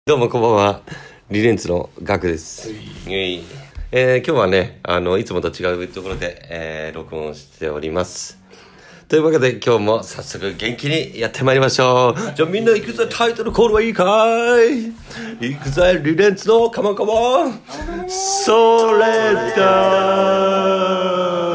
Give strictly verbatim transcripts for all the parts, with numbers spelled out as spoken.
どうもこんばんは。リレンツのガクです。えー、今日はね、あのいつもと違うところで、えー、録音しております。というわけで今日も早速元気にやってまいりましょう。じゃあみんな行くぜ。タイトルコールはいいかい？行くぜリレンツのカモンカモン。それだ。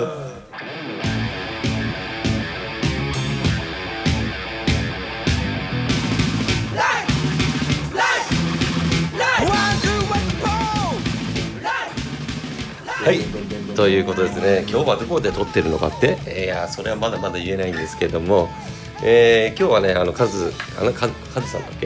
はい、ということですね。今日はどこで撮ってるのかって、いやそれはまだまだ言えないんですけども、えー、今日はねあのカズあのカズカズさんだっけ？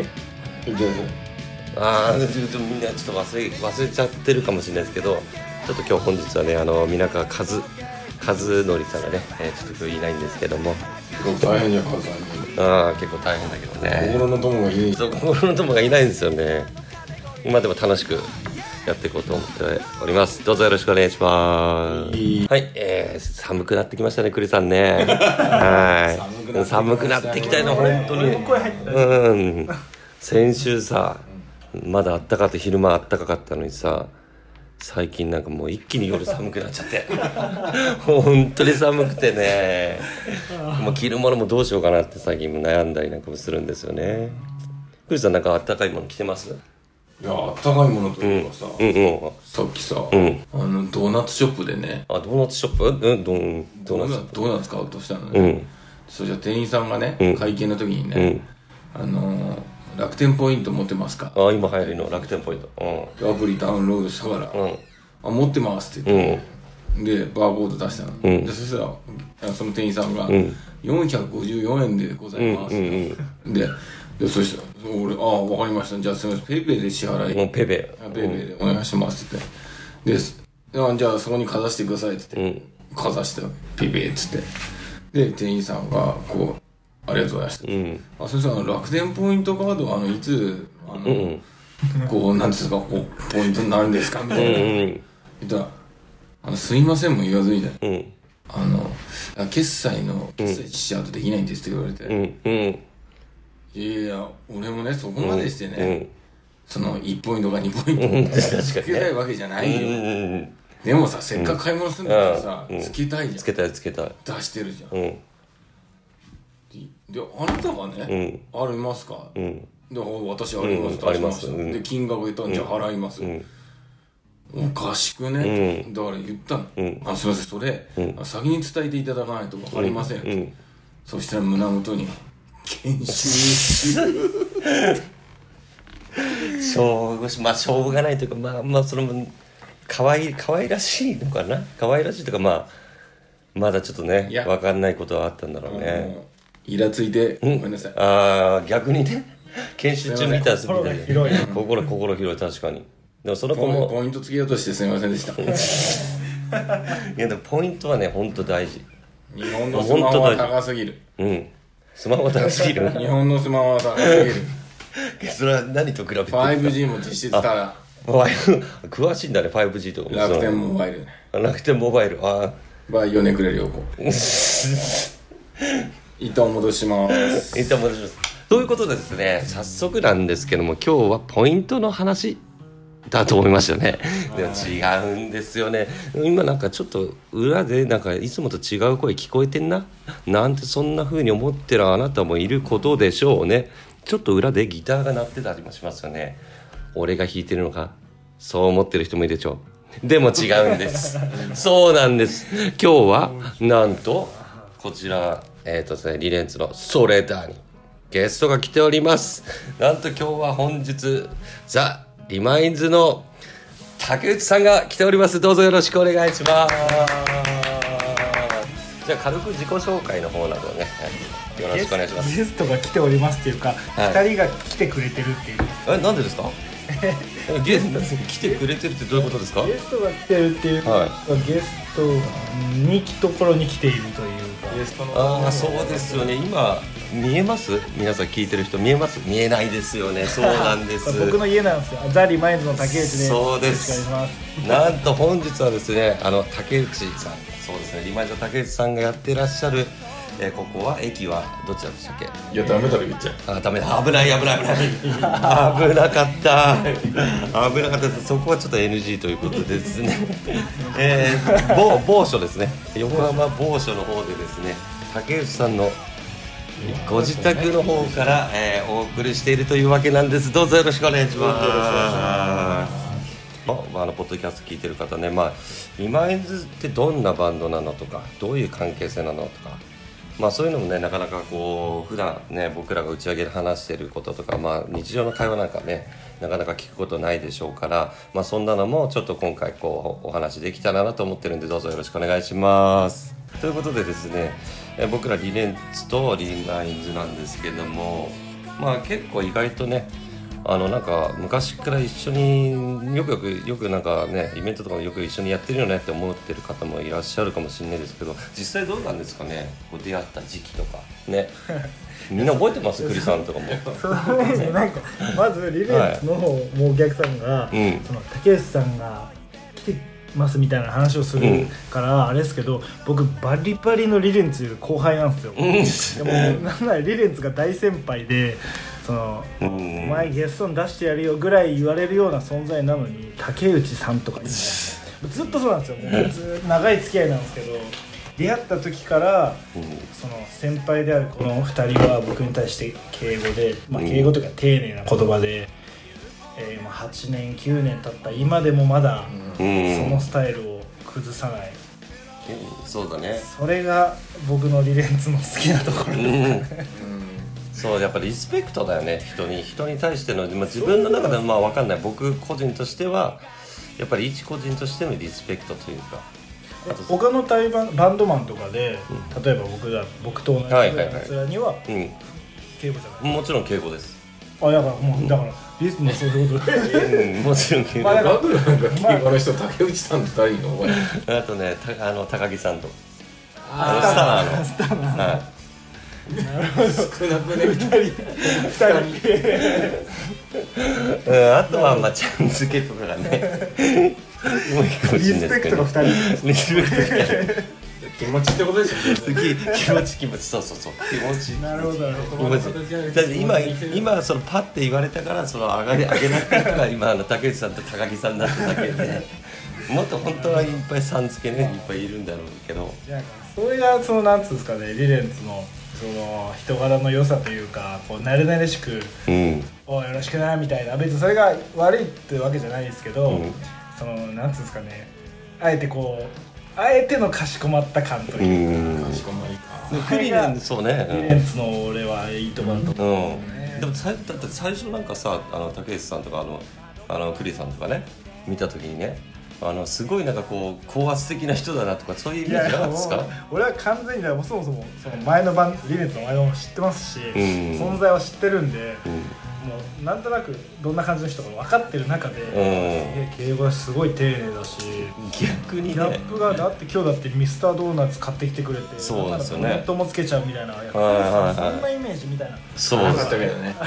ああみんなちょっと忘れ忘れちゃってるかもしれないですけど、ちょっと今日本日はねあの皆川カズカズノリさんがね、えー、ちょっと今日いないんですけども、 大変じゃんカズさん。 ああ結構大変だけどね。 心の友がいない。 そう心の友がいないんですよね。今でも楽しくやっていこうと思っております。どうぞよろしくお願いします。いいはい、えー、寒くなってきましたね、クリさんね。はい、寒くなってきたの本当に。うん。先週さ、まだあったかって昼間あったかかったのにさ、最近なんかもう一気に夜寒くなっちゃって、本当に寒くてね、もう着るものもどうしようかなって最近も悩んだりなんかもするんですよね。クリさんなんかあったかいもの着てます？ いやあったかいものというかさ、 うんうんうん、 さっきさ、 うん、 あのドーナツショップでね、 あドーナツショップ、うん、ドードーナツドーナツ買おうとしたのね、うん、そしたら店員さんがね、うん、会計の時にね、うん、あのー、楽天ポイント持ってますか？ あ今流行りの楽天ポイント、 うん、アプリダウンロードしたから、うん、あ持ってますって言って、うん、でバーコード出したの、うん、でそしたらその店員さんが、うん、よんひゃくごじゅうよんえんでございます、うんうんうん、ででそしたら俺ああ分かりましたじゃあすみませんペイペイで支払いもうペイペイペイペイでお願いしますって言ってであじゃあそこにかざしてくださいって言って、うん、かざしてペイペイっつってで店員さんがこうありがとうございました、うん、あそしたら楽天ポイントカードはあのいつあの、うん、こうなんですかこうポイントになるんですかみたいな、うん、言ったらあのすいませんも言わずにね、うん、あの決済の決済しちゃうとできないんですって言われて、うんうんいや俺もねそこまでしてね、うん、そのいちポイントかにポイントつけたいわけじゃないよ、うん、でもさせっかく買い物するんだからさ、うん、つけたいじゃんつけたいつけたい出してるじゃん、うん、であなたがね、うん、ありますか、うん、で私あります、うん、出しました、うん、で金額言ったんじゃ払います、うんおかしくね、うん、だから言ったの、うん、あすいませんそれ、うん、先に伝えていただかないと分かりません、うんうん、そしたら胸元に研修しょうまあしょうがないというかまあまあそのかわいかわいらしいのかなかわいらしいというかまあまだちょっとね分かんないことはあったんだろうねイラついてごめんなさい、 うん、ああ逆にね研修中見たやつみたいな心広い心心広い確かにでもその子もポイントつけようとしてすみませんでしたいやでもポイントはね本当大事日本のスマホは高すぎるうんスマホ高すぎる日本のスマホは高すぎるそれは何と比べてファイブジー も実質ただ詳しいんだね ファイブジー とかも楽天モバイル楽天モバイルあバイヨネクレ良子糸を戻します糸を戻しますということでですね早速なんですけども今日はポイントの話だと思いましたねでも違うんですよね今なんかちょっと裏でなんかいつもと違う声聞こえてんななんてそんな風に思ってるあなたもいることでしょうねちょっと裏でギターが鳴ってたりもしますよね俺が弾いてるのかそう思ってる人もいるでしょうでも違うんですそうなんです今日はなんとこちらえっとですねリレンツのソレダーにゲストが来ておりますなんと今日は本日ザ・リマインズの竹内さんが来ておりますどうぞよろしくお願いしますじゃあ軽く自己紹介の方などねよろしくお願いしますゲストが来ておりますっていうか、はい、ふたりが来てくれてるっていうえなんでですかゲスト来てくれてるってどういうことですかゲストが来てるっていうか、はい、ゲストにところに来ているというかゲストのああそうですよね今見えます皆さん聞いてる人見えます見えないですよねそうなんです僕の家なんですよザ・リマインズの竹内ですそうですよろしくお願いしますなんと本日はですねあの竹内さんそうですねリマインズの竹内さんがやってらっしゃるえー、ここは駅はどちらでしたっけ？ いやダメだろ言っちゃう。 あ、ダメだ、危ない危ない危ない危なかった危なかったです。そこはちょっと エヌジー ということですねえー、某某所ですね、横浜某所の方でですね、竹内さんのご自宅の方から、えー、お送りしているというわけなんです。どうぞよろしくお願いします。まあ、あのポッドキャスト聞いてる方ね、まあ、今井津ってどんなバンドなのとか、どういう関係性なのとか、まあ、そういうのもね、なかなかこう普段ね、僕らが打ち上げで話してることとか、まあ、日常の会話なんかね、なかなか聞くことないでしょうから、まあ、そんなのもちょっと今回こうお話できたらなと思ってるんで、どうぞよろしくお願いします。ということでですね、え僕らリレンツとリマインズなんですけども、まあ結構意外とね、あのなんか昔から一緒によくよくよくなんかね、イベントとかもよく一緒にやってるよねって思ってる方もいらっしゃるかもしれないですけど、実際どうなんですかね、こう出会った時期とかねみんな覚えてます？栗さんとかもそうなんかまずリレンツの方もお客さんが、はい、その竹内さんが来てますみたいな話をするからあれですけど、うん、僕バリバリのリレンツ後輩なんですよ、うん、でもなんならリレンツが大先輩で、その、うん、お前ゲストに出してやるよぐらい言われるような存在なのに、竹内さんとかずっとそうなんですよ。もうず長い付き合いなんですけど、出会った時から、うん、その先輩であるこのふたりは僕に対して敬語で、まあ、敬語というか丁寧な言葉で、えー、まあはちねんきゅうねん経った今でもまだそのスタイルを崩さない、 うん、そうだね。 それが僕のリレンツの好きなところですかね、 うん、そうやっぱリスペクトだよね、人に人に対しての、まあ、自分の中でもまあ分かんない、僕個人としてはやっぱり一個人としてのリスペクトというか、 他の対バン、バンドマンとかで、うん、例えば僕が僕と同じやつらには敬語じゃない、 もちろん敬語です。 あ、だからもうだからリスもそういうことで、 うん、もちろん敬語。 まあなんか敬語の人、竹内さんと誰のお前。 あとね、たあの高木さんと、 あスタナーの、 スタナーの、 はい、 なるほど、少なくね、ふたりふたり、うん、あとはまあちゃん付けとかがねもういいかもしれないですけど、 リスペクトがふたり、 リスペクトがふたり気持ちってことですよね。 気持ち気持ちそうそうそう気持ち。 なるほどなるほど。 だって今今そのパッて言われたからその上がり上げなかったから今あの竹内さんと高木さんになっただけで、もっと本当はいっぱいさん付けねいっぱいいるんだろうけど。 それがそのなんつうんですかね、リレンツのその人柄の良さというか、こう慣れ慣れしく、うん、およろしくなみたいな、別にそれが悪いってわけじゃないですけど、うん、そのなんつうんですかね、あえてこう。あえてのかしこまった感というか、かしこまりか。 クリレンそうね。 リレンツの俺はいいところだと思う、 ね。でもだって最初なんかさ、あの竹内さんとかあのあのクリさんとかね見た時にね、あのすごいなんかこう高圧的な人だなとかそういうイメージなかったですか？ 俺は完全にだからそもそもその前のバンリレンツの前の知ってますし、うん、存在は知ってるんで。うん、もうなんとなくどんな感じの人か分かってる中で、うん、敬語がすごい丁寧だし、 逆にね、 ギャップがだって今日だってミスタードーナツ買ってきてくれて、 そうですよね、 コメントもつけちゃうみたいな、そんなイメージみたいな、 そうだったけどね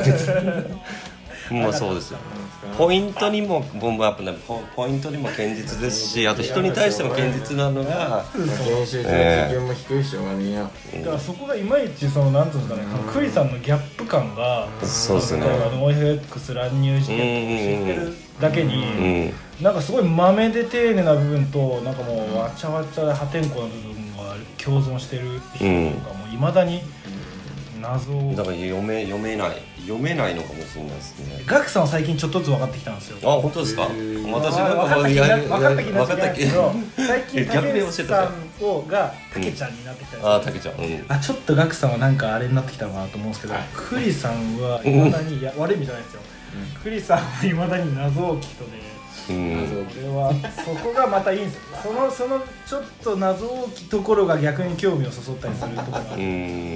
もうそうですよ。ポイントにもボンバーアップなポ、ポイントにも堅実ですし、あと人に対しても堅実なのが研修生の時給も低いしょうがねえよ。 だからそこがいまいちそのなんていうんですかね、クリさんのギャップ感が、 そうですね。 あの オーエフエックス 乱入して知ってるだけに、なんかすごい豆で丁寧な部分となんかもうわちゃわちゃで破天荒な部分が共存してる人とかもいまだに謎を、 だから読め読めない読めないのかもしれないですね。 ガクさんは最近ちょっとずつ分かってきたんですよ。 あ、本当ですか？私なんか分かった気になってきたんですけど、最近竹内さんをがタケちゃんになってきたんですよ。 あ、タケちゃん。 あ、ちょっとガクさんはなんかあれになってきたのかなと思うんですけど、クリさんはいまだに、いや悪い意味じゃないですよ。クリさんはいまだに謎多き人で。うん、それはそこがまたいいんですよ。そのそのちょっと謎多きところが逆に興味をそそったりするところがある。うん、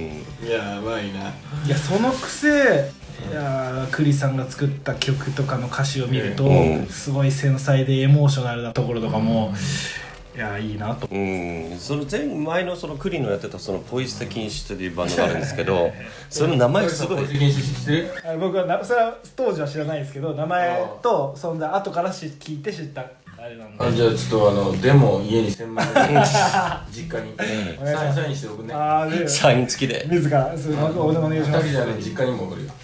やばいな。 いやそのくせ、いやクリさんが作った曲とかの歌詞を見ると、うん、すごい繊細でエモーショナルなところとかも、うん、いやいいなと。 うん、その前前のそのクリのやってたそのポイ捨て禁止というバンドがあるんですけど、その名前すごい。 僕はなそれは当時は知らないですけど、名前と存在後から聞いて知ったああれなんで。 あ、じゃあちょっとあのデモ家に専門で実家にサインサインしておくね。 あーでサイン付きで自らそれお願いします。 だけじゃね、実家にも送るよ。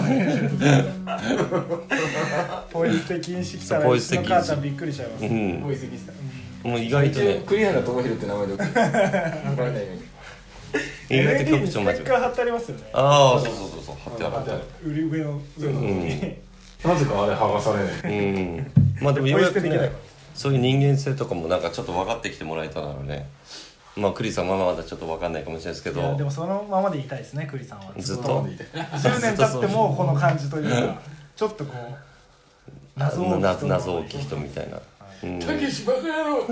ポイ捨て禁止来たらうちの母ちゃんびっくりしちゃいます。 うん、 ポイ捨てしたもう意外とね栗原智弘って名前で送る怒られないように。 意外と局長ステマジッカー貼ってありますよね。 ああそうそうそうそう貼ってある貼ってある売り上の上の方に。 なぜかあれ剥がされない。 うん、まあでもようやくねそういう人間性とかもなんかちょっと分かってきてもらえたならね、まあクリさんはまだちょっと分かんないかもしれないですけど、 いやでもそのままでいたいですね、クリさんはずっとじゅうねん経ってもこの感じというかちょっとこう謎多き人謎多き人みたいな、 たけしバカ野郎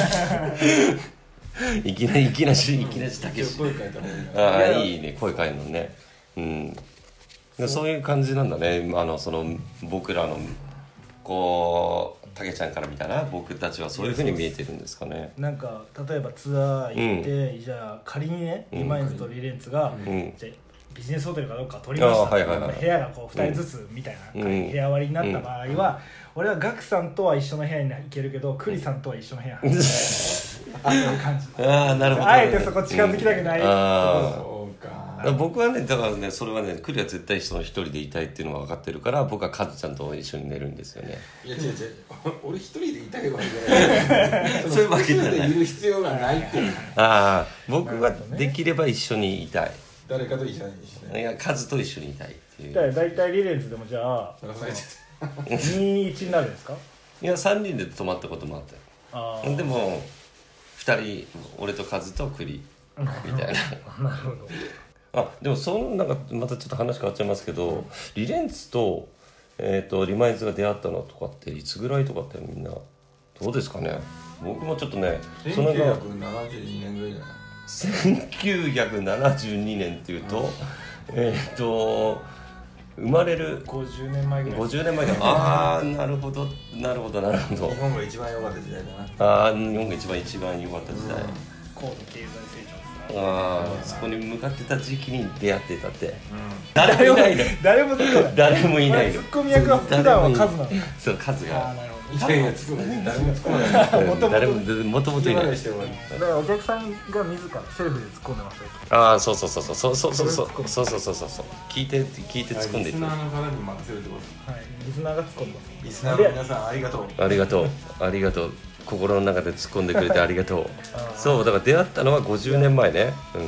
いきなりいきなりいきなりたけし声変えたもん。 ああいいね声変えるのね、うんでそういう感じなんだね。あのその僕らのこうたけちゃんから見たら僕たちはそういう風に見えてるんですかね。 なんか例えばツアー行って、うん、じゃあ仮にねリマインズとリレンツが、うん、じゃあビジネスホテルかどうか取りました、はいはいはい、部屋がこうふたりずつみたいな、うん、部屋割りになった場合は、うん、俺はガクさんとは一緒の部屋に行けるけどクリさんとは一緒の部屋にあそういう感じ。 ああなるほど、ね、 あえてそこ近づきたくない、うん、あ僕はねだからねそれはねクリは絶対その一人でいたいっていうのが分かってるから僕はカズちゃんと一緒に寝るんですよね。 いや違う違う俺一人でいたいわけじゃないそういうわけじゃないいる必要がないっていうああ僕はできれば一緒にいたい、 誰かと一緒にしない。 いやカズと一緒にいたいっていう。 だいたいリレンズでもじゃあにいちになるんですか。 いやさんにんで泊まったこともあったよ。でもふたり俺とカズとクリみたいななるほど。 あでもそのなんかまたちょっと話変わっちゃいますけど、リレンツと,、えー、とリマインズが出会ったのとかっていつぐらいとかってみんなどうですかね。僕もちょっとねそのせんきゅうひゃくななじゅうにねんぐらいじゃない。 せんきゅうひゃくななじゅうにねんっていうと、うん、えっ、ー、と生まれるごじゅうねんまえぐらい。 ごじゅうねんまえだ。ああなるほどなるほどなるほど。 日本が一番良かった時代だな。 ああ日本が一番一番良かった時代、うん、 高度経済成長。 ああそこに向かってた時期に出会ってたって、うん、誰もいないの誰も誰もいないの。 ツッコミ役は普段は数なの。 そう数がいやいやツッコミ誰も突っ込まない。 誰ももともといない。だからお客さんが自らセルフで突っ込んでますよ。 ああそうそうそうそうそうそうそうそうそうそうそうそう聞いて聞いて突っ込んでいく。 リスナーの方に任せるってこと。 はいリスナーが突っ込んでます。 リスナーの皆さんありがとうありがとうありがとう心の中で突っ込んでくれてありがとうそうだから出会ったのはごじゅうねんまえね、うん、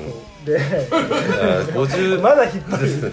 でごじゅうまだ引っ張るそう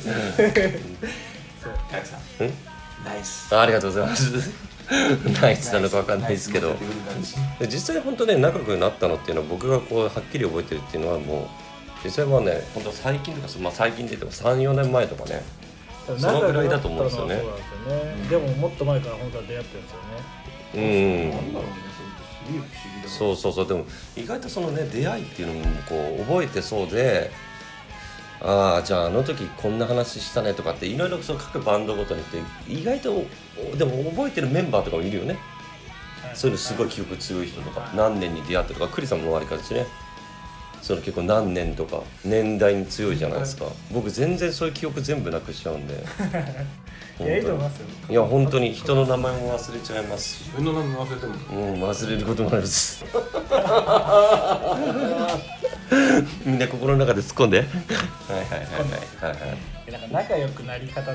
大地さんナイスあ, ありがとうございますナイスなのか分かんないですけど実際本当ね仲良くなったのっていうのは僕がこうはっきり覚えてるっていうのはもう実際はね本当最近とか、まあ、最近で言っても さん,よ 年前とかねそのぐらいだと思うんですよね。 そうなんですよね、うん、でももっと前から本当は出会ってるんですよね。うんそうそうそうでも意外とそのね出会いっていうのもこう覚えてそうでああじゃああの時こんな話したねとかっていろいろ各バンドごとにって意外とでも覚えてるメンバーとかもいるよね、はい、そういうのすごい記憶強い人とか、はい、何年に出会ってとかクリさんもありかしねその結構何年とか年代に強いじゃないですか、はい、僕全然そういう記憶全部なくしちゃうんでいやいいと思いますよ。 いや本当に人の名前も忘れちゃいます。 自分の名前忘れてもうん忘れることもあるですみんな心の中で突っ込んではいはいはいはいはいはいなんか仲良くなり方って、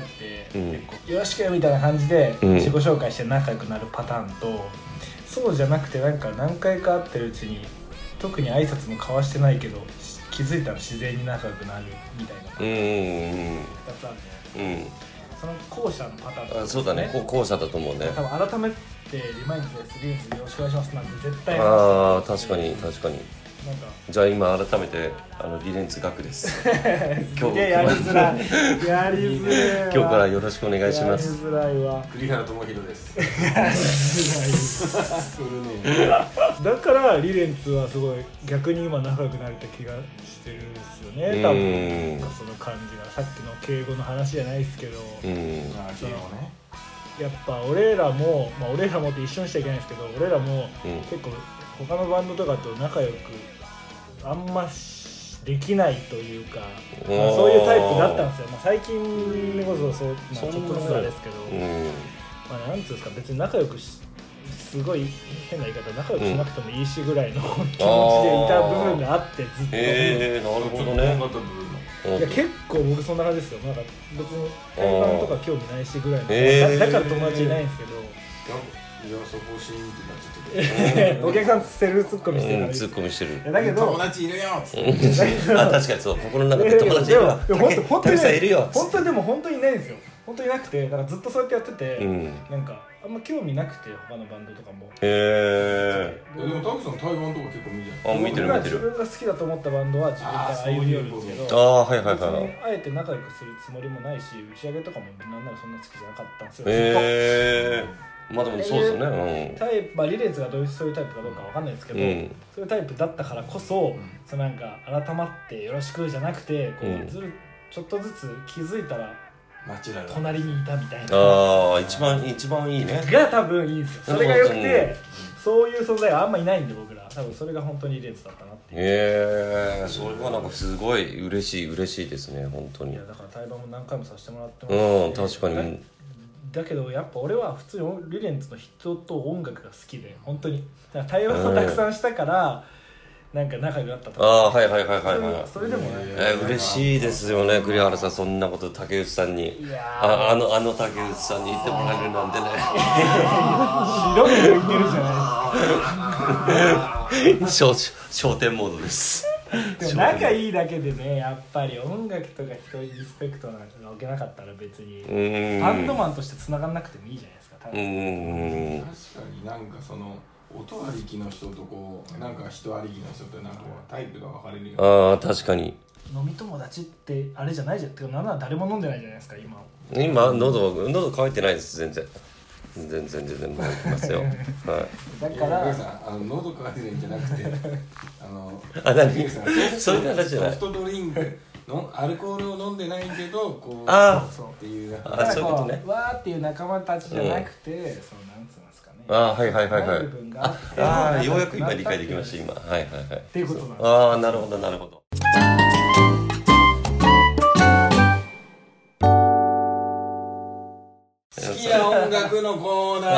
うん、結構よろしくよみたいな感じで自己紹介して仲良くなるパターンと、うん、そうじゃなくてなんか何回か会ってるうちに特に挨拶も交わしてないけど気づいたら自然に仲良くなるみたいなパターンで、うんうんうんその後者のパターン、ね、 あそうだね後者だと思うね。 多分改めてリマインズですリレンズよろしくお願いしますなんて絶対ああ確かに確かになんかじゃあ今改めてあのリレンツ学です今日やりづらいやりづらい今日からよろしくお願いします。 やりづらいわ栗原智弘ですやりづらいだからリレンツはすごい逆に今仲良くなれた気がしてるんですよね多分その感じがさっきの敬語の話じゃないですけどうんそのやっぱ俺らも、まあ、俺らもって一緒にしちゃいけないですけど俺らも結構他のバンドとかと仲良くあんまできないというか、まあ、そういうタイプだったんですよ、まあ、最近こそそう、まあ、ちょっとずつあれですけど、うんまあ、なんつうんですか別に仲良くしすごい変な言い方仲良くしなくてもいいしぐらいの、うん、気持ちでいた部分があってずっと。 へえー、なるほどね。 いや結構僕そんな感じですよ。なんか別に対バンとか興味ないしぐらいの、 えー、 だから友達いないんですけど。 いやそこシーンってなっちゃってお客さんセルフツッコミしてるから、 うん、ツッコミしてる。 だけど友達いるよっつってあ、確かにそう、心の中で友達いるよ、 本当にさんいるよ。 本当にでも本当にいないんですよ。本当にいなくて、だからずっとそうやってやってて、うん、なんかあんま興味なくて他のバンドとかも。 へえ。 でもタクさん対バンとか結構見るじゃん。 あ、見てる見てる。 自分が好きだと思ったバンドは自分から歩み寄るんですけど、 ああ、はいはいはい。 あえて仲良くするつもりもないし、打ち上げとかもなんならそんな好きじゃなかったんですよ。 へえ。まあでもそうですよね。 うん、タイプ、まあ、リレンツがどういうそういうタイプかどうかわかんないですけど、うん、そういうタイプだったからこそ、うん、そのなんか改まってよろしくじゃなくて、こう、うん、ずるちょっとずつ気づいたら隣にいたみたいな。 ああ、一番一番いいね。 が多分いいんですよ。それが良くて、そういう存在があんまいないんで僕ら。多分それが本当にリレンツだったなっていう。 へえ、それはなんかすごい嬉しい嬉しいですね本当に。 いやだから対バンも何回もさせてもらってますし、 うん、確かに。 だけどやっぱ俺は普通にリレンツの人と音楽が好きで本当にだから対話をたくさんしたから、うん、なんか仲良くなったとか。 ああ、はいはいはいはいはい。 それでもね、 えー、嬉しいですよね。栗原さんそんなこと竹内さんに、いやああのあの竹内さんに言ってもらえるなんてね。 白目向いてるじゃないですか。 焦点モードです。 でも仲いいだけでね、やっぱり音楽とか人にリスペクトなんかが受けなかったら別にバンドマンとして繋がんなくてもいいじゃないですか。多分うん確かになんかその音ありきの人とこうなんか人ありきの人ってなんかタイプが分かれるよ、ね、 ああ確かに。 飲み友達ってあれじゃないじゃん。てかなんなら誰も飲んでないじゃないですか今。 今喉喉乾いてないです全然。全然全然飲んでますよ。はい。 だからあの喉乾いてるんじゃなくてあのあ何そういう話じゃない。 ソフトドリンクのアルコールを飲んでないけどこうあそうっていうあそういうことね。わーっていう仲間たちじゃなくて、うん、そのなんつうんですかね。 あはいはいはいはい。ああようやく今理解できました今。はいはいはい。 っていうことなんです。 ああなるほどなるほど。 好きな音楽のコーナー。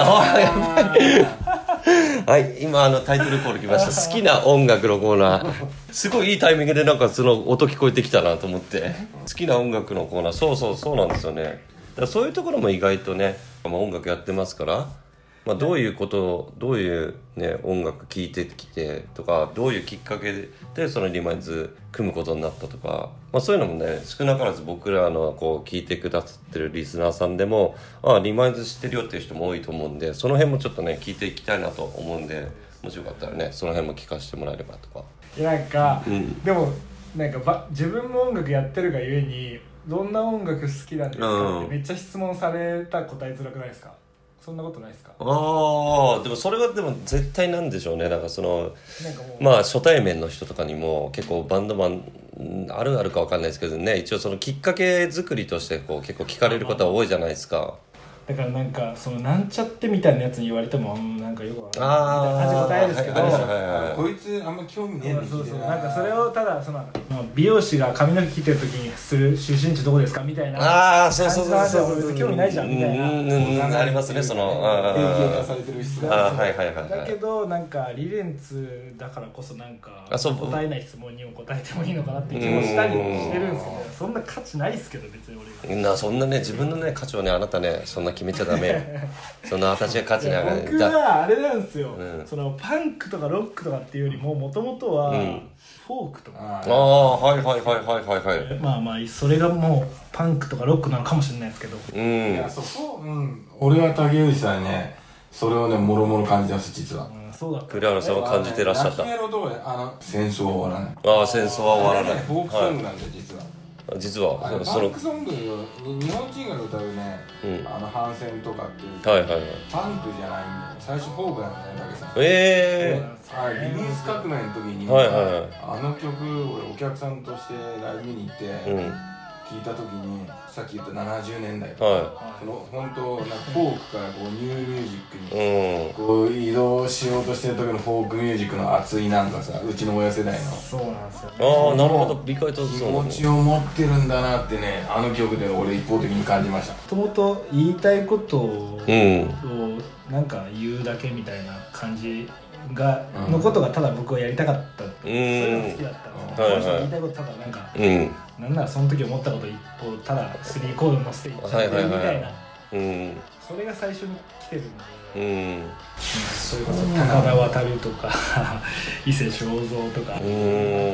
はい、今あのタイトルコール来ました。好きな音楽のコーナー。すごいいいタイミングでなんかその音聞こえてきたなと思って。好きな音楽のコーナー、そうそうそうなんですよね。だからそういうところも意外とね、まあ、音楽やってますから、まあ、どういうことをどういうね音楽聴いてきてとか、どういうきっかけでそのリマインズ組むことになったとか、まあ、そういうのもね少なからず僕らのこう聞いてくださってるリスナーさんでもあリマインズ知ってるよっていう人も多いと思うんで、その辺もちょっとね聞いていきたいなと思うんで、もしよかったらねその辺も聞かせてもらえればとか。 いやなんか、うん、でもなんかば自分も音楽やってるがゆえにどんな音楽好きなんですかってめっちゃ質問されたら答えづらくないですか。そんなことないですか。 ああでもそれはでも絶対なんでしょうね。なんかそのなんかもうまあ初対面の人とかにも結構バンドマンあるあるかわかんないですけどね、一応そのきっかけ作りとしてこう結構聞かれることは多いじゃないですか。 だからなんかそのなんちゃってみたいなやつに言われてもなんかよくわかんないみたいな感じで答えるんですけど、 はいはいはいはい、こいつあんま興味ねえんだ。 そうそうなんかそれをただその美容師が髪の毛切ってる時にする出身地どこですかみたいなああそうそうそうそう別に興味ないじゃんみたいなうんありますねその定型化されてる質があはいはいはいだけどなんかリレンツだからこそなんか答えない質問にも答えてもいいのかなって気もしたりしてるんですけど、そんな価値ないですけど別に俺がなそんなね自分のね価値をねあなたねそんな決めちゃダメよそんな私が価値ないから僕はあれなんですよ、うん、そのパンクとかロックとかっていうよりももともとは、うんフォークとかああはいはいはいはいはいはいまあまあそれがもうパンクとかロックなのかもしれないですけどうんいやそこうん俺は竹内さんねそれをねもろもろ感じます実は、うん、 そうだった栗原さんは感じてらっしゃった。 あの戦争は終わらないああ戦争は終わらない、 ね、フォークソングなんで、はい、実は実はパンクソング日本人が歌うね、うん、あの反戦とかっていうはいはいはいパンクじゃないんだよ最初フォークなんだよね竹さんええーはい、リリース革命の時に、 はいはいはい、 あの曲俺お客さんとしてライブ見に行って、うん聞いた時にさっき言ったななじゅうねんだいとか、はい、この本当なんかフォークからこうニューミュージックに、うん、こう移動しようとしてる時のフォークミュージックの熱いなんかさうちの親世代のそうなんですよ、ね、 ああなるほど理解と気持ちを持ってるんだなってねあの曲で俺一方的に感じました。 もともと言いたいことを、うんうなんか言うだけみたいな感じが、うん、のことがただ僕はやりたかった、うん、そういうのが好きだったんですよ、ね、はいはい、この人言いたいことただなんか、うん、なんならその時思ったことをただスリーコードのステージみたいな、はいはいはい、うん、それが最初に来てるんで、うん、それこそ高田渡とか伊勢正三とか、うん、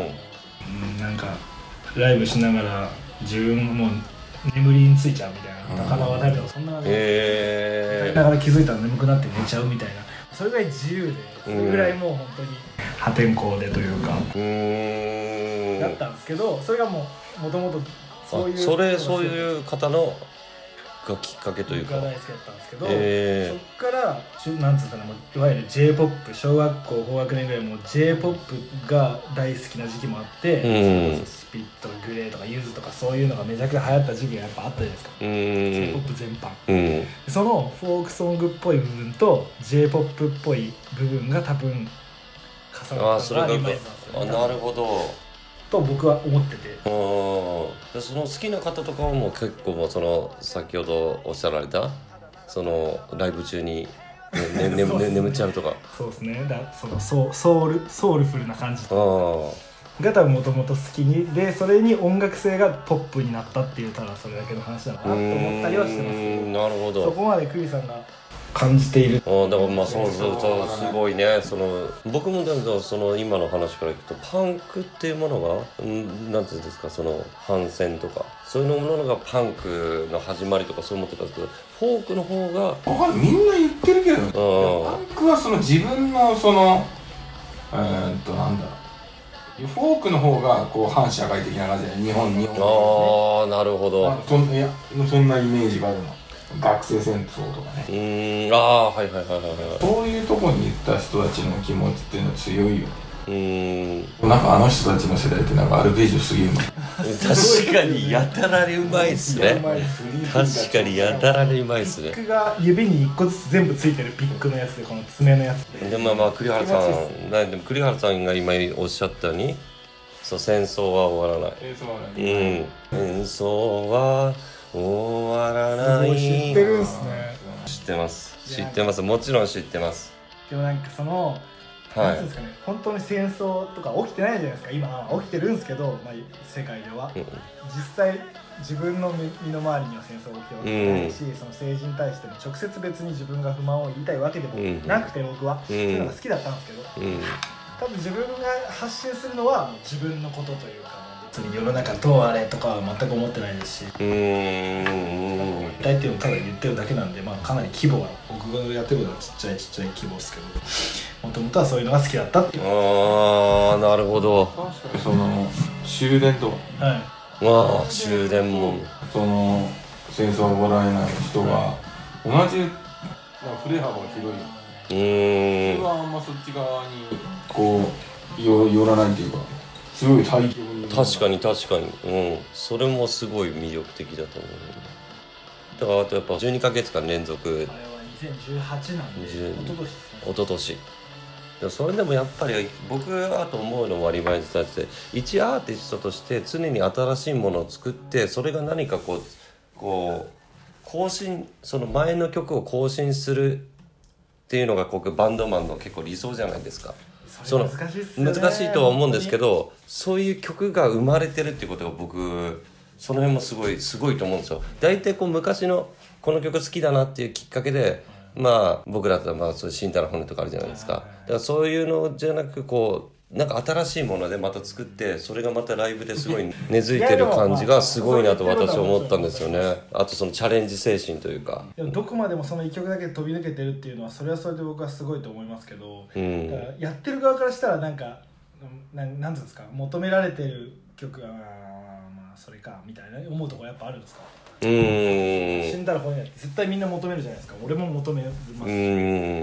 なんかライブしながら自分も眠りについちゃうみたいな、高田渡とかそんな感じで歌いながら気づいたら眠くなって寝ちゃうみたいな、それぐらい自由で、それぐらいもう本当に破天荒でというか、うーんだったんですけど、それがもうもともとそういうそれそういう方のがきっかけというか、 僕が大好きだったんですけど、えー、そっからなんつうかな、もういわゆる J-ポップ、小学校高学年ぐらいもう J-ポップが大好きな時期もあって、うん、それこそスピット、グレーとかユーズとかそういうのがめちゃくちゃ流行った時期がやっぱあったじゃないですか、うん、J-ポップ全般、うん、そのフォークソングっぽい部分と J-ポップっぽい部分が多分重なったのが今なんですよね。 あ、なるほどと僕は思ってて、 うん、その好きな方とかも結構もうその先ほどおっしゃられたそのライブ中に、ねねね、眠っちゃうとか、 そうですね、だそのソウ、ソウル、ソウルフルな感じとかが多分もともと好きにで、それに音楽性がポップになったっていう、ただそれだけの話なのかなと思ったりはしてますけど、 なるほど、 そこまでクリさんが感じている。 あ、だからまあそうそうそう、すごいね。その僕もだけどその今の話からいくとパンクっていうものがんなんていうんですか、その反戦とかそういうものがパンクの始まりとかそう思ってたんですけど、フォークの方がみんな言ってるけど、パンクはその自分のそのえー、っとなんだフォークの方がこう反社会的な感じで日本日本、 ああ、なるほど、 そんいやそんなイメージがあるの。学生戦争とかね、 うーん、ああ、はいはいはいはいはい、 そういうとこに行った人たちの気持ちっていうのは強いよね。うーん、なんかあの人たちの世代ってなんかアルペジオすぎるもん確かにやたらにうまいっすね確かにやたらにうまいっすね。 ピックが指にいっこずつ全部ついてるピックのやつで、この爪のやつで、 でもまあ栗原さんなんでも栗原さんが今おっしゃったように、そう、戦争は終わらない、戦争は終わらない、うん、戦争は終わらない。 知ってるんすね。 知ってます、知ってます、もちろん知ってます。 でもなんかその、はい、なんていうんですかね、本当に戦争とか起きてないじゃないですか。今起きてるんですけど、まあ、世界では、うん、実際自分の身の回りには戦争が起きてるわけじゃないし、うん、その政治に対しても直接別に自分が不満を言いたいわけでもなくて、うん、僕は、うん、そういうのが好きだったんですけど、うん、多分自分が発信するのは自分のことというか、別に世の中どうあれとかは全く思ってないですし、うーん、大体ただ言ってるだけなんで、まあ、かなり規模は僕がやってることはちっちゃいちっちゃい規模ですけど、もともとはそういうのが好きだったっていう。 ああ、なるほど。 その終電とか、はい、 ああ、終電もその戦争を笑えない人が同じ、まあ、振れ幅が広いよ。うーん、僕はあんまそっち側にこう寄らないというか、すごい対極に。 確かに確かに、うん、それもすごい魅力的だと思う。だからあとやっぱじゅうにかげつかん連続、あれはにせんじゅうはちなんで、一昨年ですね。 一昨年でもそれでもやっぱり僕がと思うのもあり前に伝えて、一アーティストとして常に新しいものを作って、それが何かこうこう更新、その前の曲を更新するっていうのが僕バンドマンの結構理想じゃないですか。 その難しいっすよね。 難しいとは思うんですけど、そういう曲が生まれてるっていうことが僕その辺もすごいすごいと思うんですよ。大体こう昔のこの曲好きだなっていうきっかけで、まあ僕らだったらまあそういう新太郎骨とかあるじゃないですか。だからそういうのじゃなく、こうなんか新しいものでまた作って、それがまたライブですごい根付いてる感じがすごいなと私は思ったんですよね。あとそのチャレンジ精神というか、 でもどこまでもそのいっきょくだけ飛び抜けてるっていうのは、それはそれで僕はすごいと思いますけど、うん、だからやってる側からしたらなんかななんていうんですか、求められてる曲はまあそれかみたいな思うところやっぱあるんですか。うーん、死んだら骨絶対みんな求めるじゃないですか。俺も求めますし、うん、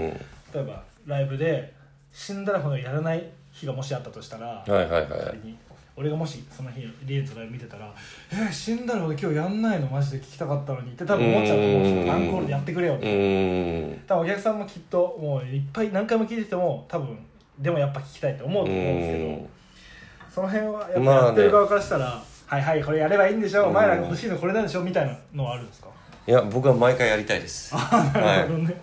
例えばライブで死んだら骨やらない日がもしあったとしたら、はいはいはい、俺がもしその日リエンズのライブ見てたら、えー、死んだら俺今日やんないのマジで聞きたかったのにって多分思っちゃうと思うんですよ。アンコールでやってくれよって。多分お客さんもきっともういっぱい何回も聞いてても多分でもやっぱ聞きたいと思うと思うんですけど、その辺はやっぱやってる側からしたら、まあね、はいはいこれやればいいんでしょ、お前らが欲しいのこれなんでしょみたいなのはあるんですか。 いや僕は毎回やりたいです。 なるほどね、 は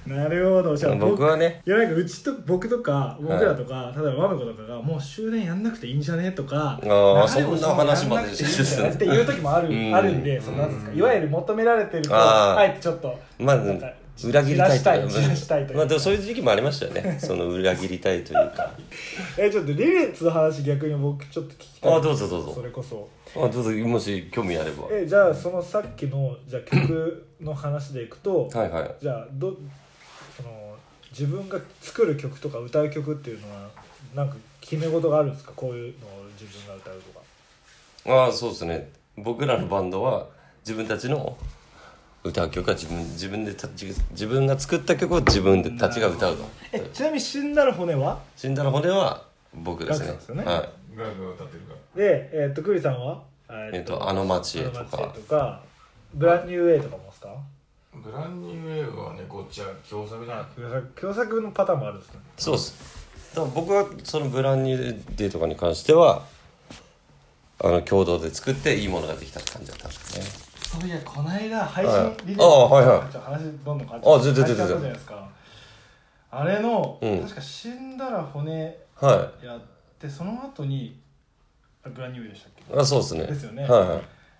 なるほど。じゃあ僕はね、 いやなんかうちと僕とか僕らとか、はい、例えばマムコとかがもう終電やんなくていいんじゃねとか、 ああそんな話までしてるっていう時もあるあるんで、そのなんですか、いわゆる求められてるとあえてちょっとまず裏切りたいというか、 まあでもそういう時期もありましたよね。その裏切りたいというか。 えちょっとリレッツの話逆に僕ちょっと聞きたい。 あどうぞどうぞ。 それこそ。 あどうぞもし興味あれば。 えじゃあそのさっきのじゃあ曲の話でいくと、 はいはい。じゃあどその自分が作る曲とか歌う曲っていうのはなんか決め事があるんですか？こういうのを自分が歌うとか。ああそうですね。僕らのバンドは自分たちの歌う曲は自分自分でた自分が作った曲を自分でたちが歌うと。 えちなみに死んだら骨は？ 死んだら骨は僕ですね。 ですよね。 はい。 ガーが歌ってるから。 でえー、っとクリさんはえっとあの街へとか。 とかブランニューウェイとかもですか？ ブランニューウェーブはねこっちは共作じゃない。 共作のパターンもあるんですね。 そうです。だから僕はそのブランニューデーとかに関してはあの共同で作っていいものができたって感じだったんですね。 そういやこの間配信リレーああはいはい話どんどん変わっちゃあ全然全然じゃないですか。あれの、うん、確か死んだら骨やって、はい、その後にブランニューウェイでしたっけ？ あそうですね。 ですよね。 はいはい、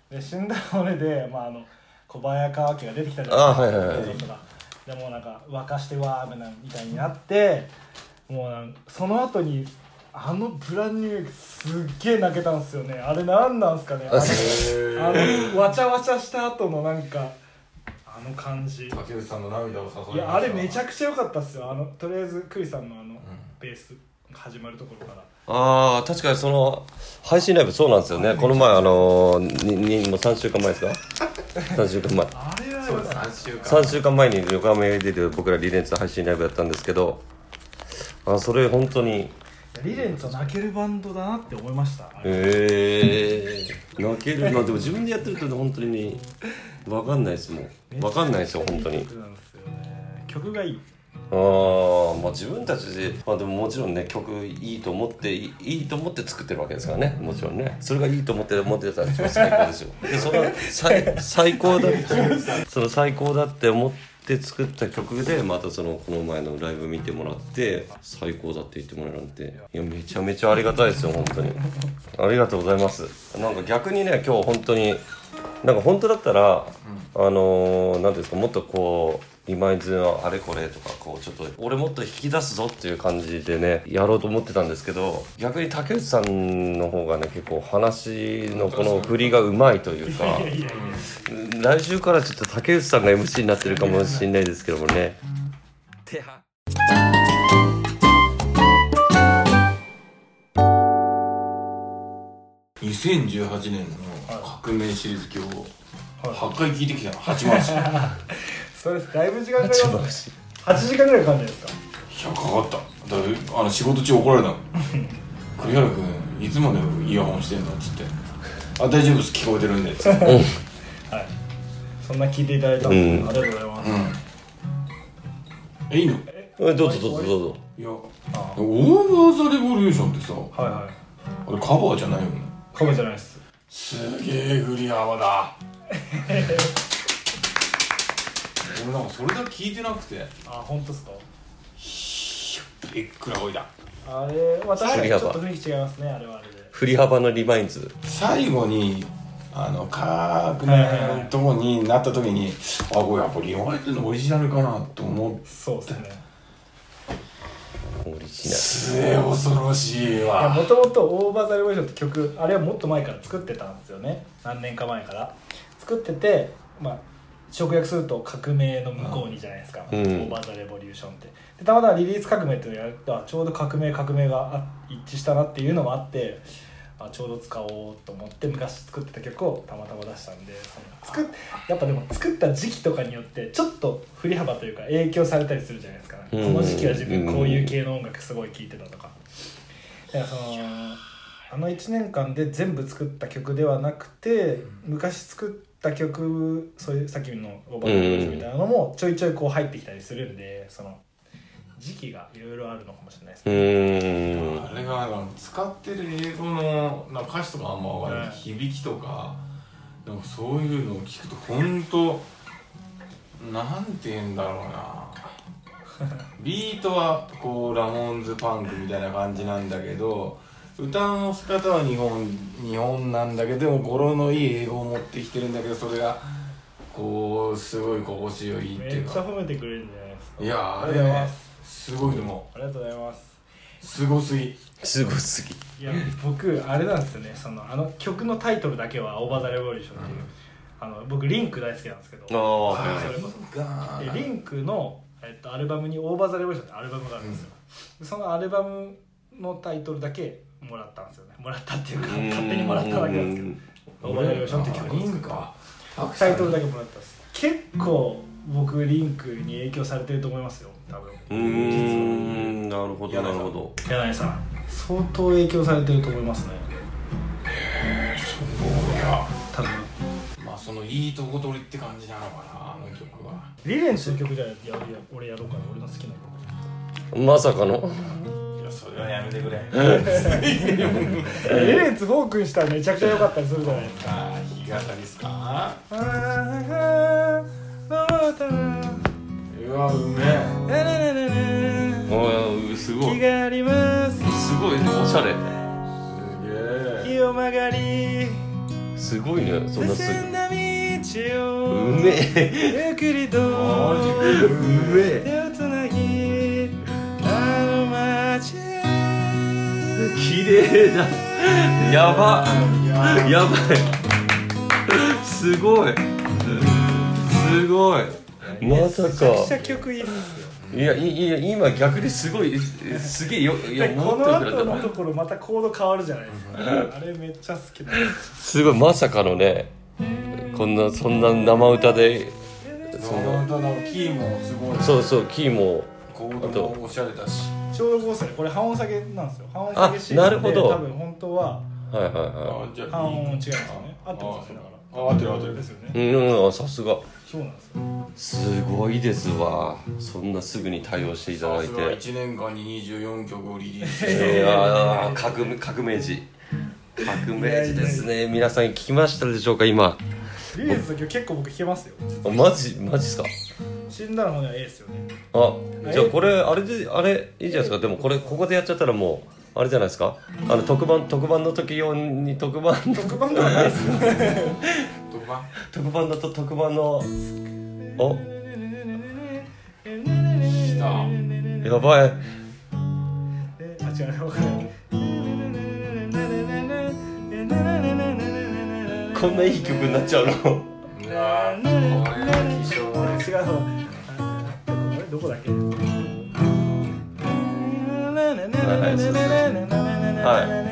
で死んだら骨で、まあ、あの小早川家が出てきたじゃないですか。あ、はいはいはい、でもなんか沸かしてわーみたいになってもうなんその後にあのブランニューウェイすっげえ泣けたんですよね。あれなんなんすかね。あれあのわちゃわちゃした後のなんかあの感じ。 竹内さんの涙を誘いました。 いやあれめちゃくちゃ良かったっすよ。あのとりあえずクリさんのあの、うん、ベース始まるところから。 ああ確かにその配信ライブそうなんですよね。この前あのににもうさんしゅうかんまえですか？さんしゅうかんまえ。 あれはそうさんしゅうかん。 さんしゅうかんまえに横浜へ出て僕らリレンツの配信ライブやったんですけど、あそれ本当に。 リレンツは泣けるバンドだなって思いました。 へえー、泣けるな。でも自分でやってると本当にね分かんないですもん。分かんないですよ本当に。 曲なんですよね。曲がいい。 ああまあ自分たちでまあでももちろんね曲いいと思っていい、いいと思って作ってるわけですからね。もちろんねそれがいいと思って思ってたら一番最高ですよ。でその最最高だってその最高だって思ってで作った曲でまたそのこの前のライブ見てもらって最高だって言ってもらえるなんていやめちゃめちゃありがたいですよ本当にありがとうございます。なんか逆にね今日本当になんか本当だったら、うん、あのー、なんていうんですかもっとこう今井津のあれこれとかこうちょっと俺もっと引き出すぞっていう感じでねやろうと思ってたんですけど逆に竹内さんの方がね結構話のこの振りがうまいというか来週からちょっと竹内さんが エムシー になってるかもしれないですけどもね。てはにせんじゅうはちねんの革命シリーズ今日はちかい聞いてきたのはちまんしそれだいぶ時間かかりますはちじかんぐらいかかるんじゃないですか。 いやかかっただあの仕事中怒られたの栗原君いつまでイヤホンしてんのっつってあ大丈夫です聞こえてるんでっつって、はい、 そんな聞いていただいたんですけど、うん、ありがとうございます、うん、 えいいのえどうぞどうぞどうぞ。 いやあオーバーザレボリューションってさ、 はいはい、 あれカバーじゃないよね。 カバーじゃないです。 すげえ振り幅だ俺なんかそれだけ聞いてなくて。 あ本当っすか。 びっくらこいだあれ私はちょっと雰囲気違いますね。あれはあれで振り幅のリマインズ最後にあの革命のとこになった時にあこれやっぱり言われてるのオリジナルかなと思って。 そうですねオリジナルすげえ恐ろしいわ。 もともとオーバーザレボリューションって曲あれはもっと前から作ってたんですよね。何年か前から作っててまあ直訳すると革命の向こうにじゃないですか、うん、オーバーザレボリューションってでたまたまリリース革命っていうのをやるとちょうど革命革命が一致したなっていうのもあってあちょうど使おうと思って昔作ってた曲をたまたま出したんでその作っやっぱでも作った時期とかによってちょっと振り幅というか影響されたりするじゃないですか、うん、この時期は自分こういう系の音楽すごい聴いてたとかだからそのあのいちねんかんで全部作った曲ではなくて昔作った曲そういうさっきのオーバーザレボリューションみたいなのもちょいちょいこう入ってきたりするんでその時期がいろいろあるのかもしれないですね。 うんあれが使ってる英語のなんか歌詞とかあんま分からない、うん、響きとかなんかそういうのを聞くと本当なんて言うんだろうなビートはこうラモンズパンクみたいな感じなんだけど、歌の仕方は日本日本なんだけど、でも語呂のいい英語を持ってきてるんだけど、それがこうすごい心地よいっていうか。 めっちゃ褒めてくれるんじゃないですか。 いやあれねすごいでもありがとうございます。 すごすぎすごすぎ。 いや僕あれなんですよね、そのあの曲のタイトルだけはオーバーザレボリューションっていう、うん、あの僕リンク大好きなんですけど、 ああそれこそリンクの、えっと、アルバムにオーバーザレボリューションってアルバムがあるんですよ、うん、そのアルバムのタイトルだけもらったんですよね。もらったっていうか勝手にもらっただけなんですけど、オーバーザレボリューションって曲リンクかタイトルだけもらったんです。結構僕リンクに影響されてると思いますよ多分。 うーん、なるほどなるほど。 柳井さん相当影響されてると思いますね。 へえ、そうや。 多分まあそのいいとこ取りって感じなのかな、あの曲は。 リレンスの曲じゃやや俺やろうかな、俺の好きな曲。まさかの。 いやそれはやめてくれ。 リレンツフォークにしたらめちゃくちゃ良かったりするじゃないですか。 ああ、弾き語りっすか。うわ、うめえ。 おい、すごい。 気があります。 すごいおしゃれ。 すげえ。 日を曲がり。 すごいね、そんなすぐ。 うめえ。 ゆっくりと。 マジでうめえ。 手をつなぎ。あの街へ。 綺麗だ。やば。やばい。すごい。すごい。まさか。 めちゃくちゃ曲いいっすよ。 いやいや今逆にすごいすげえよいやこの後のところまたコード変わるじゃないですか。あれめっちゃ好きだ。 すごいまさかのね、こんなそんな生歌で、 その歌のキーもすごい。 そうそうキーもコードもおしゃれだし。 ちょうどこうですね。これ半音下げなんですよ。半音下げシーンで。 なるほど。 多分本当ははいはいはい。 半音違いますよね。合ってますよだから。 あ、合ってる合ってるですよね。 うん、さすが。 そうなんですよ。 すごいですわ。そんなすぐに対応していただいて。 いちねんかんににじゅうよんきょくをリリースして。 いや革命革命児。革命児ですね。皆さん聞きましたでしょうか今。 リリースの曲結構僕聞けますよ。 マジマジですか。 死んだの方がええですよね。 あ、じゃあこれあれであれいいじゃないですか。でもこれここでやっちゃったらもうあれじゃないですか。あの特番特番の時用に特番特番ではないですよね。 特番特番だと特番のお来た。 やばい。 あ、違う、分かる。 こんないい曲になっちゃうの。 うわ、これは希少だね。 違う。あれどこだっけ？ はいそうですはい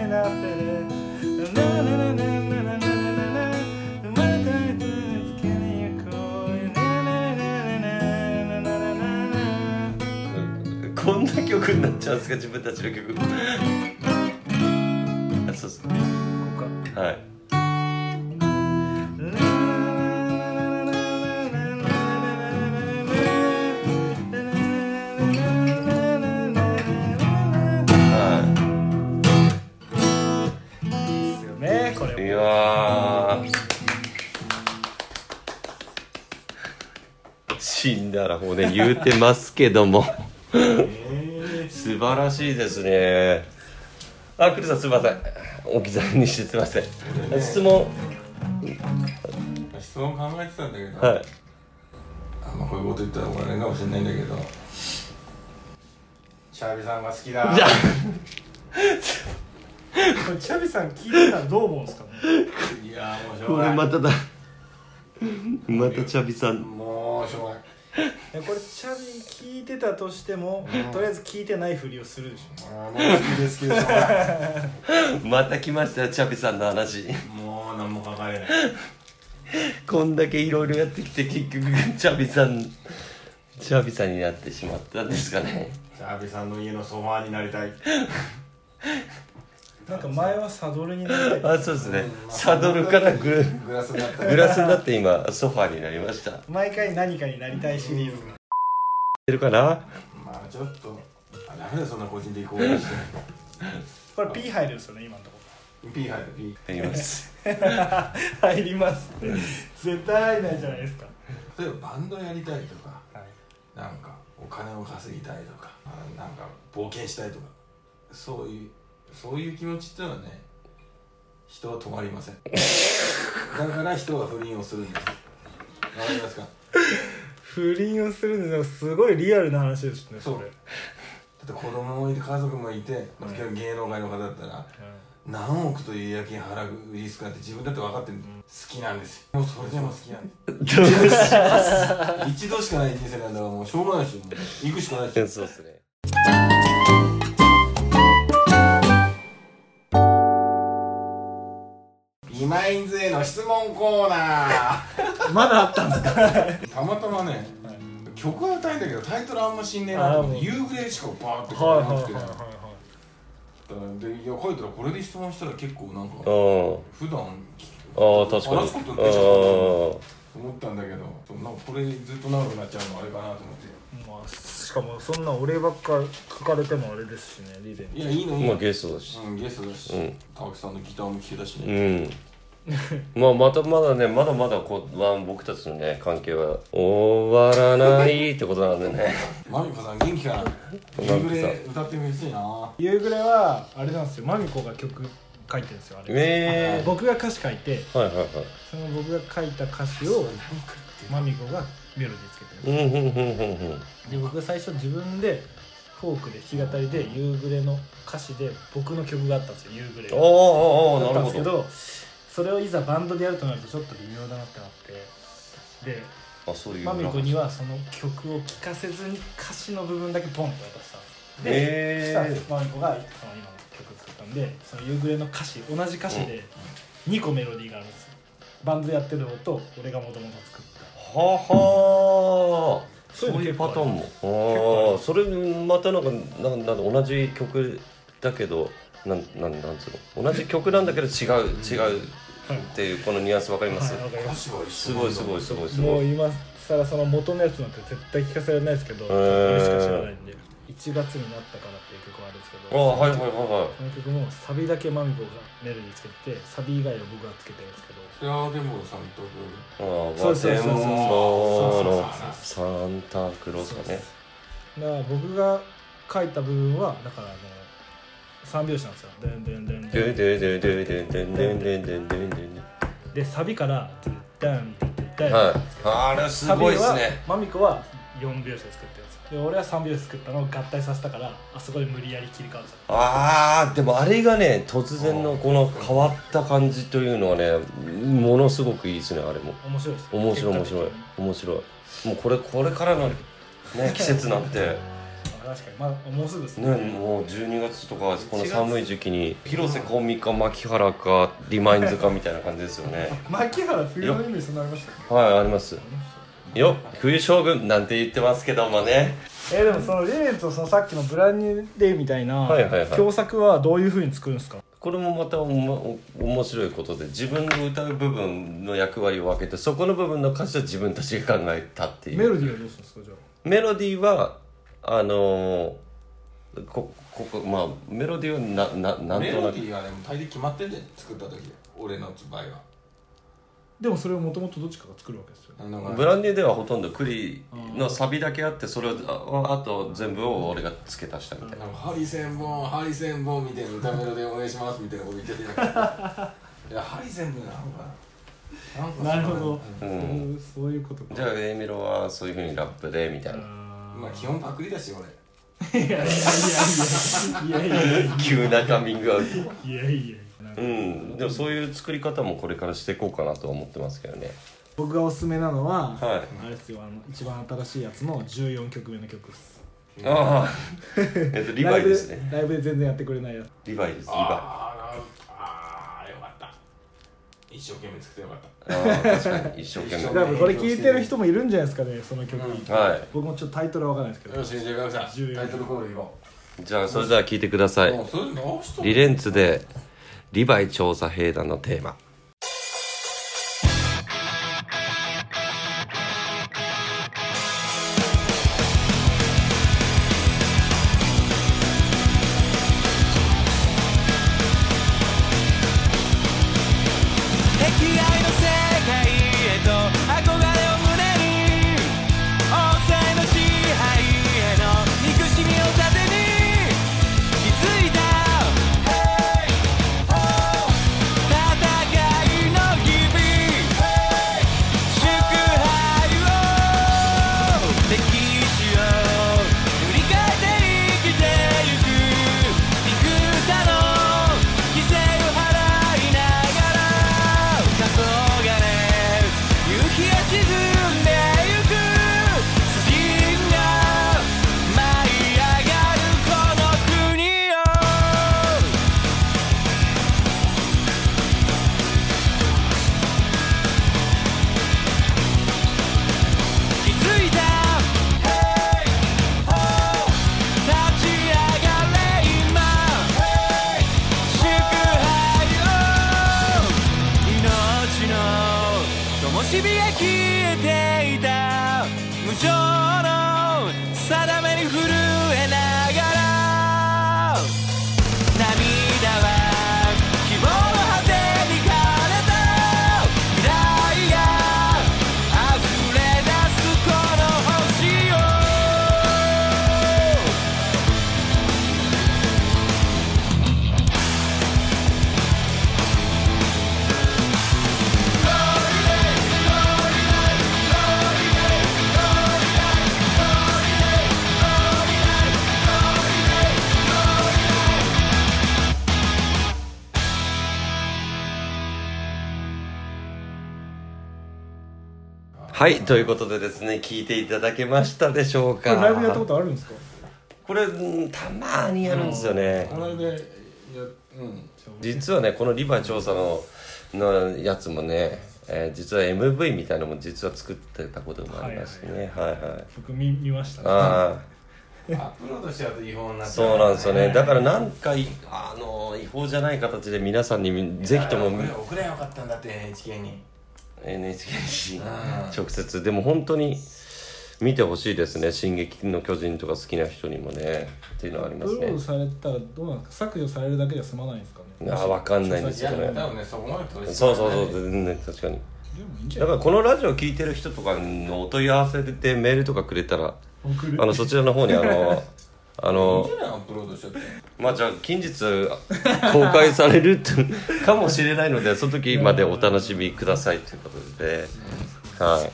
こんな曲になっちゃうんですか自分たちの曲。あ、そうそう。 ここか。 はい。いやー死んだらもうね言うてますけども素晴らしいですね。あ、クリさんすいません、置き去りにしてすいません。質問質問考えてたんだけど、 はい、 あんまこういうこと言ったら怒られるかもしれないんだけど、シャービさんが好きだ。 じゃあこれチャビさん聞いてたらどう思うんですかね。 いやーもうしょうがない。 これまただまたチャビさんもうしょうがない。 これチャビ聞いてたとしても、うん、とりあえず聞いてないふりをするでしょ。 あ、もう好きです好きですまた来ましたよチャビさんの話。 もう何も書かれない。 こんだけいろいろやってきて結局チャビさんチャビさんになってしまったんですかね。 チャビさんの家のソファーになりたい。 なんか前はサドルになりたい。 あ、そうですね、うん、サドルからググラスになったグラスになって今ソファーになりました。 毎回何かになりたいシリーズが出るかな。 まあちょっとあ、ダメだそんな個人的にこうしてこれ P 入るんですよね今のところ。 P 入る P 入ります入りますって絶対入らないじゃないですか。 例えばバンドやりたいとか、 はい、 なんかお金を稼ぎたいとかなんか冒険したいとかそういうそういう気持ちっていうのはね人は止まりませんだから人は不倫をするんです。わかりますか？ 不倫をするんですすごいリアルな話ですね。 そうだって子供もいて家族もいて、まあ、芸能界の方だったら、うん、何億という違約金払うリスクなんて自分だって分かってる、うん、好きなんですよ。もうそれでも好きなんです一度しかない人生なんだからもうしょうがないし行くしかないし。 そうですね。 ビマインズへの質問コーナーまだあったんですか？ たまたまね、はい、曲は歌いんだけどタイトルあんま知んねえなと思って夕暮れしかバーって書いてなくて、でいや書いたらこれで質問したら結構なんか普段あ確かに話すことってちょっと思ったんだけどなんかこれずっと長くなっちゃうのあれかなと思って、まあ、 しかもそんな俺ばっか書かれてもあれですしね。リレーいやいいのいいの、 まあ、ゲストだし、 うん、ゲストだし、うん、川木さんのギターも聴けたしね、うんまあまだまだねまだまだこう、まあ、僕たちのね関係は終わらないってことなんでねマミコさん元気かな？夕暮れ歌ってほしいな。 夕暮れはあれなんですよ、マミコが曲書いてるんですよあれ、えー、僕が歌詞書いて、はいはいはい、その僕が書いた歌詞をマミコがメロディーつけてるんですよ。で僕が最初自分でフォークで弾き語りで夕暮れの歌詞で僕の曲があったんですよ。夕暮れがあったんですけど、それをいざバンドでやるとなるとちょっと微妙だなってなって、であそういうマミコにはその曲を聴かせずに歌詞の部分だけポンと渡したんですで、えー、そしたらマミコがその今の曲作ったんで、その夕暮れの歌詞同じ歌詞でにこメロディーがあるんですよ。バンドやってるのと俺がもともと作ったははーそういうパターンもあそれまたなんかなんなん同じ曲だけどなんなんなんつうの同じ曲なんだけど違う違うっていうこのニュアンスわかります？はい、すごいすごいすごいすごいすごい。もう今更その元のやつなんて絶対聞かせられないですけど、俺しか知らないんで。いちがつになったからっていう曲があるんですけど、あはいはいはいはい。その曲もサビだけマミコがメロディーつけて、サビ以外は僕がつけてるんですけど。いやでもサンタクロース。そうそうそうそう。サンタクロースだね。だから僕が書いた部分はだからあの三拍子なんですよ。でんでんでんでんでんでんでんでんでんでんでんでんでんでんでんでサビからドゥッダンドゥッダン。はい。あれすごいですね。マミコはよん拍子で作ってるんですよ。で俺はさん拍子作ったのを合体させたからあそこで無理やり切り替わる。あーでもあれがね突然のこの変わった感じというのはねものすごくいいですね。あれも面白いです。面白い面白い面白い。もうこれこれからのね季節なんて確かにまあもうすぐですね。ねもうじゅうにがつとかこの寒い時期に広瀬香美か牧原かリマインズかみたいな感じですよね。牧原冬のイメージになりましたっけ？はいありますよ冬将軍なんて言ってますけどもね。えー、でもそのリレンとそのさっきのブランニューデイみたいな共作はどういう風に作るんですか？これもまたおも面白いことで自分の歌う部分の役割を分けてそこの部分の歌詞は自分たちが考えたっていう。メロディーはどうするんですか？じゃあメロディーはあのー、こここまあメロディーはなななんとなくメロディーはね大抵決まってんで作った時で俺の場合は。でもそれをもともとどっちかが作るわけですよ。ブランディではほとんどクリのサビだけあってそれを あ, あと全部を俺が付け足したみたいな。ハリセンボンハリセンボンみたいな歌メロでお願いしますみたいなこと言ってたいやハリセンボンなのかな。なるほど、うん、そういうことか。じゃあ A メロはそういう風にラップでみたいな。まあ基本パクリだし俺。いやいやいやいやいやいや急なカミングアウト。いやいやうん、でもそういう作り方もこれからしていこうかなと思ってますけどね。僕がおすすめなのは、はい、あれですよあの一番新しいやつのじゅうよんきょくめの曲です。ああえっとリヴァイですね。ライブで全然やってくれないやつ。リヴァイです。リヴァイ。ああよかった。一生懸命作ってよかった。あ確かに一生懸命。多分これ聞いてる人もいるんじゃないですかねその曲、うん、はい。僕もちょっとタイトルはわからないですけど。よしじゃあさんタイトルコールいこう。じゃあそれでは聞いてください。リレンツでリヴァイ調査兵団のテーマ。 定めに震えながら涙は希望の果てに枯れた未来が溢れ出すこの星をはい、ということでですね、聞いていただけましたでしょうか。 これライブやったことあるんですか？ これ、うん、たまにやるんですよね。 この間やうん実はね、このリバー調査ののやつもね、えー、実は エムブイ みたいなのも実は作ってたこともありましてね。はいはい。 僕見見ましたね。 あアップロードしちゃうと違法になっあ、 ちゃう、 そうなんですよね。だからなんかいあの違法じゃない形で皆さんにぜひとも送れ送ればよかったんだって エヌエイチケー にエヌエイチケー に直接でも本当に見てほしいですね。進撃の巨人とか好きな人にもねっていうのはありますね。 アップロードされたらどうなんですか？削除されるだけでは済まないんですかね？ ああ、分かんないんですいやよね。 多分ねそこまで取りそうそうそう全然確かに。 でもいいんじゃない？ だからこのラジオ聞いてる人とかのお問い合わせでメールとかくれたら送るあのそちらの方にあのあいいんのじゃないアップロードしちゃってまあじゃあ近日公開されるかもしれないのでその時までお楽しみくださいということで、はい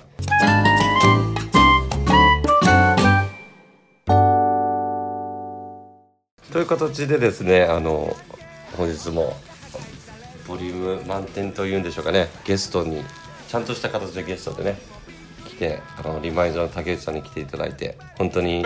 。という形でですね、あの本日もボリューム満点というんでしょうかね、ゲストにちゃんとした形でゲストでね来て、あのリマイズの竹内さんに来ていただいて本当に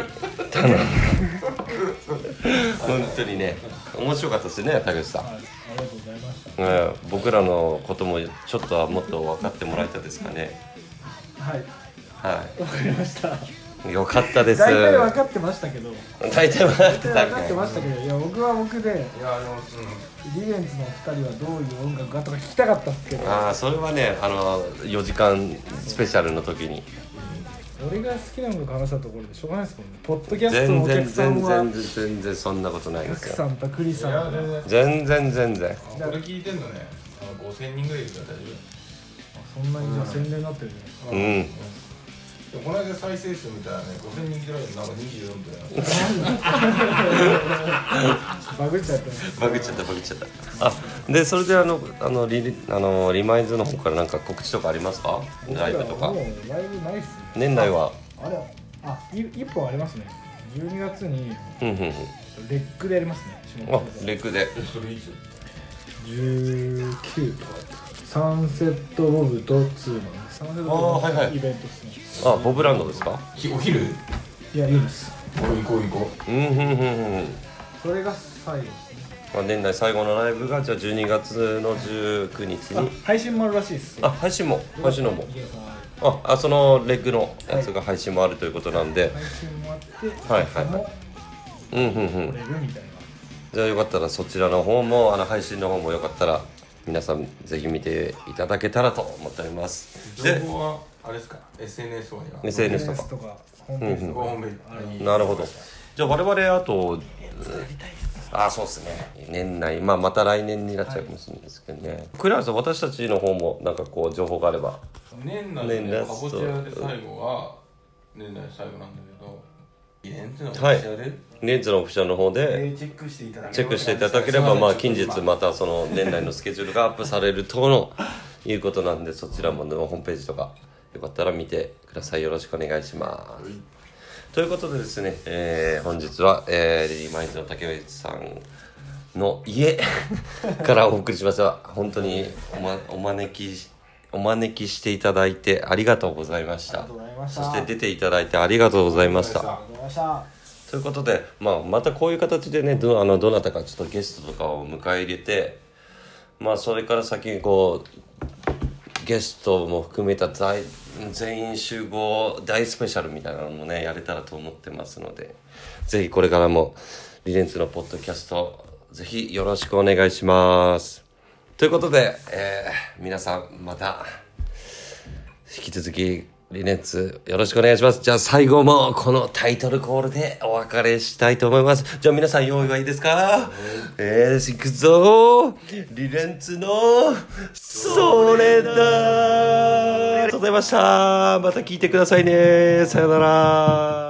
本当にね面白かったですね竹内さん、 はい、ありがとうございました。 うん、僕らのこともちょっとはもっと分かってもらえたですかね。 はい、 はわかりました。 い、よかったです。 大体分かってましたけど大体分かってた大体分かってましたけど、いや僕は僕でいやあのうんリベンツのふたりはどういう音楽かとか聞きたかったっすけど、 ああそれはねあのよじかんスペシャルの時に俺が好きな音楽話したところでしょうがないですもんね。ポッドキャストの全然お客さん全は然全然そんなことないたですよ。 くさんとクリさんがいや全然全然全然あこれ聞いてんのねあのごせんにんぐらいいるから大丈そんなにじゃあ宣伝になってるじゃないですか。 うん夫この間再生数見たらねごせんにん来てるけどなんかにじゅうよんとバグっちゃったね。 バグっちゃったバグっちゃったあでそれであのあのリあのリマイズの方からなんか告知とかありますか？ライブとかもうライブないっすね。 年内はあれあい一本ありますね。じゅうにがつにうんうんうんレックでやりますね。 あレックでえそれいつじゅうきゅうとかサンセットボブとツーマンサンセットボブあーはいはいのイベントですね。 あボブランドですか？ ひお昼いやいいです。 おい行こう行こうんうんうんうんそれが最後ですね。 まあ、年内最後のライブがじゃあじゅうにがつのじゅうくにちにあ配信もあるらしいです。 あ配信も配信のも見てください。 ああそのレッグのやつが配信もあるということなんで、 配信もあって、 はいはいはいもうんうんうん来れるみたいな。 じゃあよかったらそちらの方もあの配信の方もよかったら皆さんぜひ見ていただけたらと思っておりますうで情報はあれですか エスエヌエス とかにはエスエヌエス とエスかとかホームページとか。 ホームページあれなるほどじゃあ我々あとあそうですね年内まあまた来年になっちゃうかもしれないですけどねクラウさん私たちの方もなんかこう情報があれば年内で年内ねかぼちゃで最後は年内最後なんだけどイベントのおはい店でレンズのオフィシャルの方でチェックしていただチェックしていただければまあ近日またその年内のスケジュールがアップされるとのいうことなんでそちらもねホームページとかよかったら見てくださいよろしくお願いしますということでですね、えー、本日は、えー、リマイズの竹内さんの家からお送りしました本当にお、ま、お招きお招きしていただいてありがとうございましたありがとうございましたそして出ていただいてありがとうございましたありがとうございました。 ということで、まあ、またこういう形でね ど, あのどなたかちょっとゲストとかを迎え入れてまあそれから先にこうゲストも含めた大全員集合大スペシャルみたいなのもねやれたらと思ってますのでぜひこれからもリレンツのポッドキャストぜひよろしくお願いしますということで、えー、皆さんまた引き続きリリネッツよろしくお願いします。じゃあ最後もこのタイトルコールでお別れしたいと思います。じゃあ皆さん用意はいいですか？えー、いくぞリネッツのそれだー。ありがとうございました。また聞いてくださいね。さよなら。